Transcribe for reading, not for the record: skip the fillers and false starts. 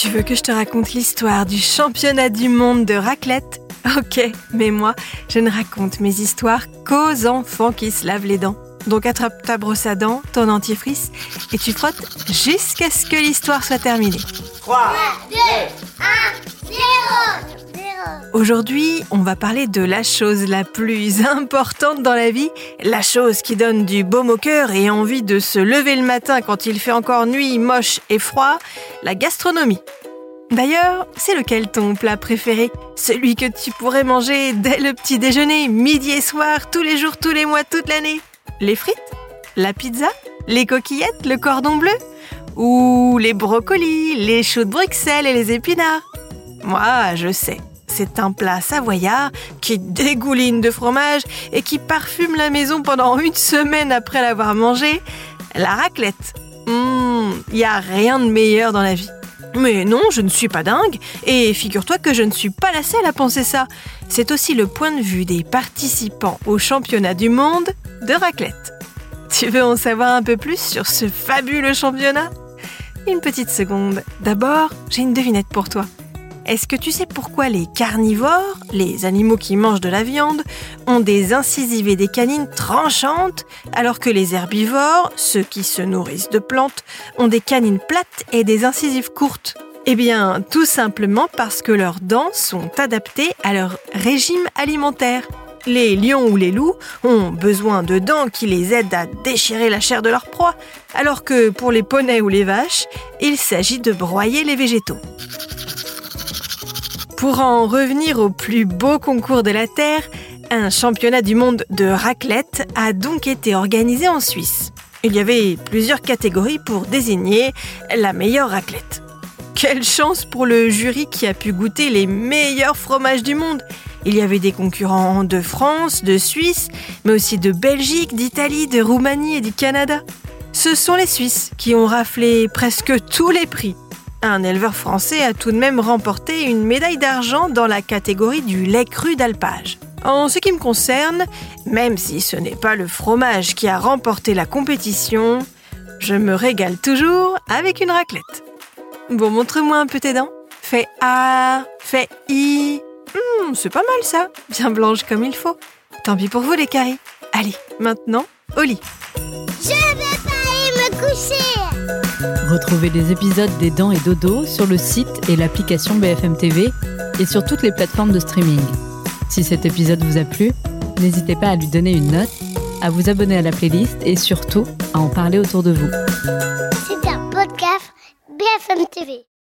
Tu veux que je te raconte l'histoire du championnat du monde de raclette ? Ok, mais moi, je ne raconte mes histoires qu'aux enfants qui se lavent les dents. Donc attrape ta brosse à dents, ton dentifrice, et tu frottes jusqu'à ce que l'histoire soit terminée. 3, 2, 1, 0. Aujourd'hui, on va parler de la chose la plus importante dans la vie, la chose qui donne du baume au cœur et envie de se lever le matin quand il fait encore nuit, moche et froid, la gastronomie. D'ailleurs, c'est lequel ton plat préféré ? Celui que tu pourrais manger dès le petit déjeuner, midi et soir, tous les jours, tous les mois, toute l'année ? Les frites ? La pizza ? Les coquillettes ? Le cordon bleu ? Ou les brocolis, les choux de Bruxelles et les épinards ? Moi, je sais. C'est un plat savoyard qui dégouline de fromage et qui parfume la maison pendant une semaine après l'avoir mangé. La raclette. Y a rien de meilleur dans la vie. Mais non, je ne suis pas dingue. Et figure-toi que je ne suis pas la seule à penser ça. C'est aussi le point de vue des participants au championnat du monde de raclette. Tu veux en savoir un peu plus sur ce fabuleux championnat ? Une petite seconde. D'abord, j'ai une devinette pour toi. Est-ce que tu sais pourquoi les carnivores, les animaux qui mangent de la viande, ont des incisives et des canines tranchantes, alors que les herbivores, ceux qui se nourrissent de plantes, ont des canines plates et des incisives courtes ? Eh bien, tout simplement parce que leurs dents sont adaptées à leur régime alimentaire. Les lions ou les loups ont besoin de dents qui les aident à déchirer la chair de leur proie, alors que pour les poneys ou les vaches, il s'agit de broyer les végétaux. Pour en revenir au plus beau concours de la Terre, un championnat du monde de raclette a donc été organisé en Suisse. Il y avait plusieurs catégories pour désigner la meilleure raclette. Quelle chance pour le jury qui a pu goûter les meilleurs fromages du monde! Il y avait des concurrents de France, de Suisse, mais aussi de Belgique, d'Italie, de Roumanie et du Canada. Ce sont les Suisses qui ont raflé presque tous les prix. Un éleveur français a tout de même remporté une médaille d'argent dans la catégorie du lait cru d'alpage. En ce qui me concerne, même si ce n'est pas le fromage qui a remporté la compétition, je me régale toujours avec une raclette. Bon, montre-moi un peu tes dents. Fais A, fais I. C'est pas mal ça, bien blanche comme il faut. Tant pis pour vous les caries. Allez, maintenant, au lit. Je vais pas aller me coucher. Retrouvez les épisodes des Dents et Dodo sur le site et l'application BFM TV et sur toutes les plateformes de streaming. Si cet épisode vous a plu, n'hésitez pas à lui donner une note, à vous abonner à la playlist et surtout à en parler autour de vous. C'est un podcast BFM TV.